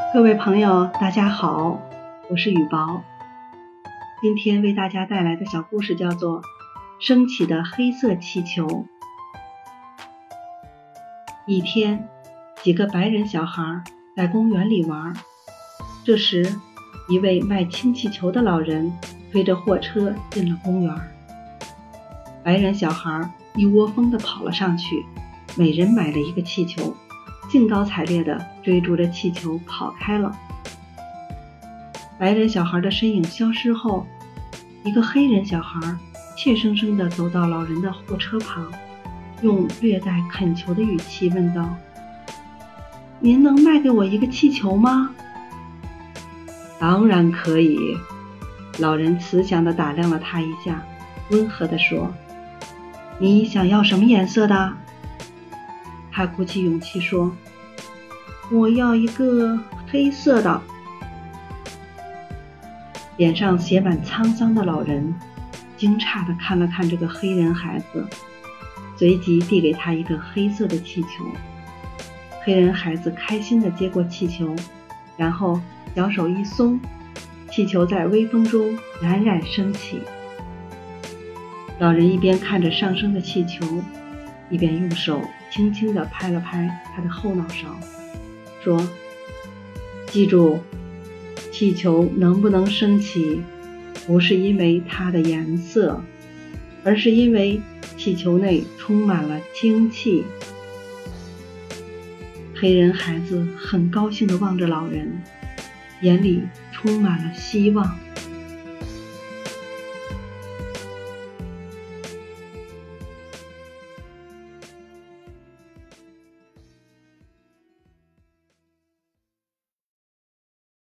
各位朋友，大家好，我是雨薄。今天为大家带来的小故事叫做《升起的黑色气球》。一天，几个白人小孩在公园里玩，这时，一位卖氢气球的老人推着货车进了公园。白人小孩一窝蜂地跑了上去，每人买了一个气球，兴高采烈地追逐着气球跑开了。白人小孩的身影消失后，一个黑人小孩怯生生地走到老人的货车旁，用略带恳求的语气问道：“您能卖给我一个气球吗？”“当然可以。”老人慈祥地打量了他一下，温和地说：“你想要什么颜色的？”他鼓起勇气说：“我要一个黑色的。”脸上写满沧桑的老人惊诧地看了看这个黑人孩子，随即递给他一个黑色的气球。黑人孩子开心地接过气球，然后小手一松，气球在微风中冉冉升起。老人一边看着上升的气球，一边用手轻轻地拍了拍他的后脑勺，说：“记住，气球能不能升起，不是因为它的颜色，而是因为气球内充满了氢气。”黑人孩子很高兴地望着老人，眼里充满了希望。